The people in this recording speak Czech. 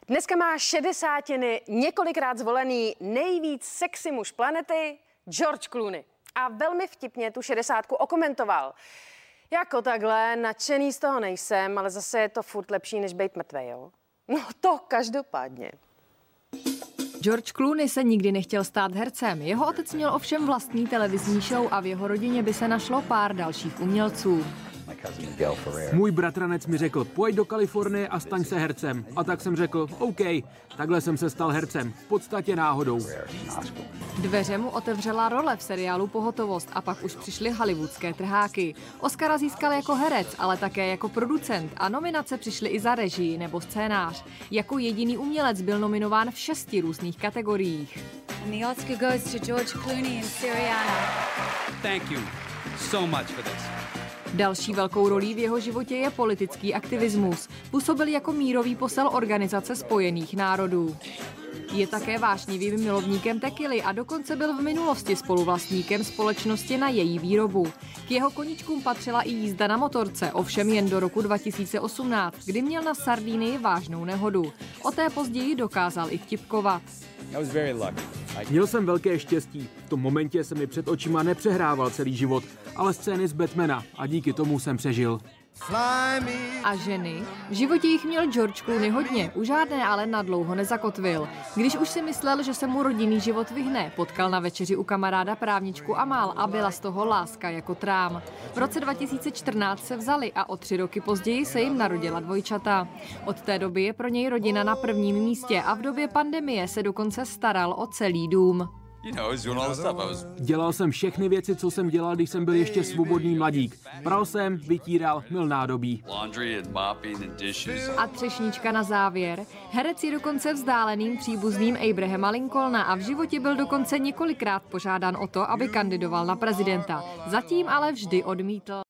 Dneska má 60, několikrát zvolený nejvíc sexy muž planety George Clooney. A velmi vtipně tu 60 okomentoval. Jako takhle, nadšený z toho nejsem, ale zase je to furt lepší, než být mrtvej, jo? No to každopádně. George Clooney se nikdy nechtěl stát hercem. Jeho otec měl ovšem vlastní televizní show a v jeho rodině by se našlo pár dalších umělců. Můj bratranec mi řekl, pojď do Kalifornie a staň se hercem. A tak jsem řekl, OK, takhle jsem se stal hercem, v podstatě náhodou. Dveře mu otevřela role v seriálu Pohotovost a pak už přišly hollywoodské trháky. Oscara získal jako herec, ale také jako producent a nominace přišly i za režii nebo scénář. Jako jediný umělec byl nominován v 6 různých kategoriích. And the Oscar goes to George Clooney and Syriana. Thank you so much for this. Další velkou rolí v jeho životě je politický aktivismus. Působil jako mírový posel Organizace spojených národů. Je také vášnivým milovníkem tekily a dokonce byl v minulosti spoluvlastníkem společnosti na její výrobu. K jeho koníčkům patřila i jízda na motorce, ovšem jen do roku 2018, kdy měl na Sardinii vážnou nehodu. O té později dokázal i vtipkovat. Měl jsem velké štěstí. V tom momentě se mi před očima nepřehrával celý život, ale scény z Batmana a díky tomu jsem přežil. A ženy? V životě jich měl George Clooney hodně, u žádné ale nadlouho nezakotvil. Když už si myslel, že se mu rodinný život vyhne, potkal na večeři u kamaráda právničku Amal a byla z toho láska jako trám. V roce 2014 se vzali a o 3 roky později se jim narodila dvojčata. Od té doby je pro něj rodina na prvním místě a v době pandemie se dokonce staral o celý dům. Dělal jsem všechny věci, co jsem dělal, když jsem byl ještě svobodný mladík. Pral jsem, vytíral, myl nádobí. A třešnička na závěr. Herec je dokonce vzdáleným příbuzným Abrahama Lincolna a v životě byl dokonce několikrát požádán o to, aby kandidoval na prezidenta. Zatím ale vždy odmítl.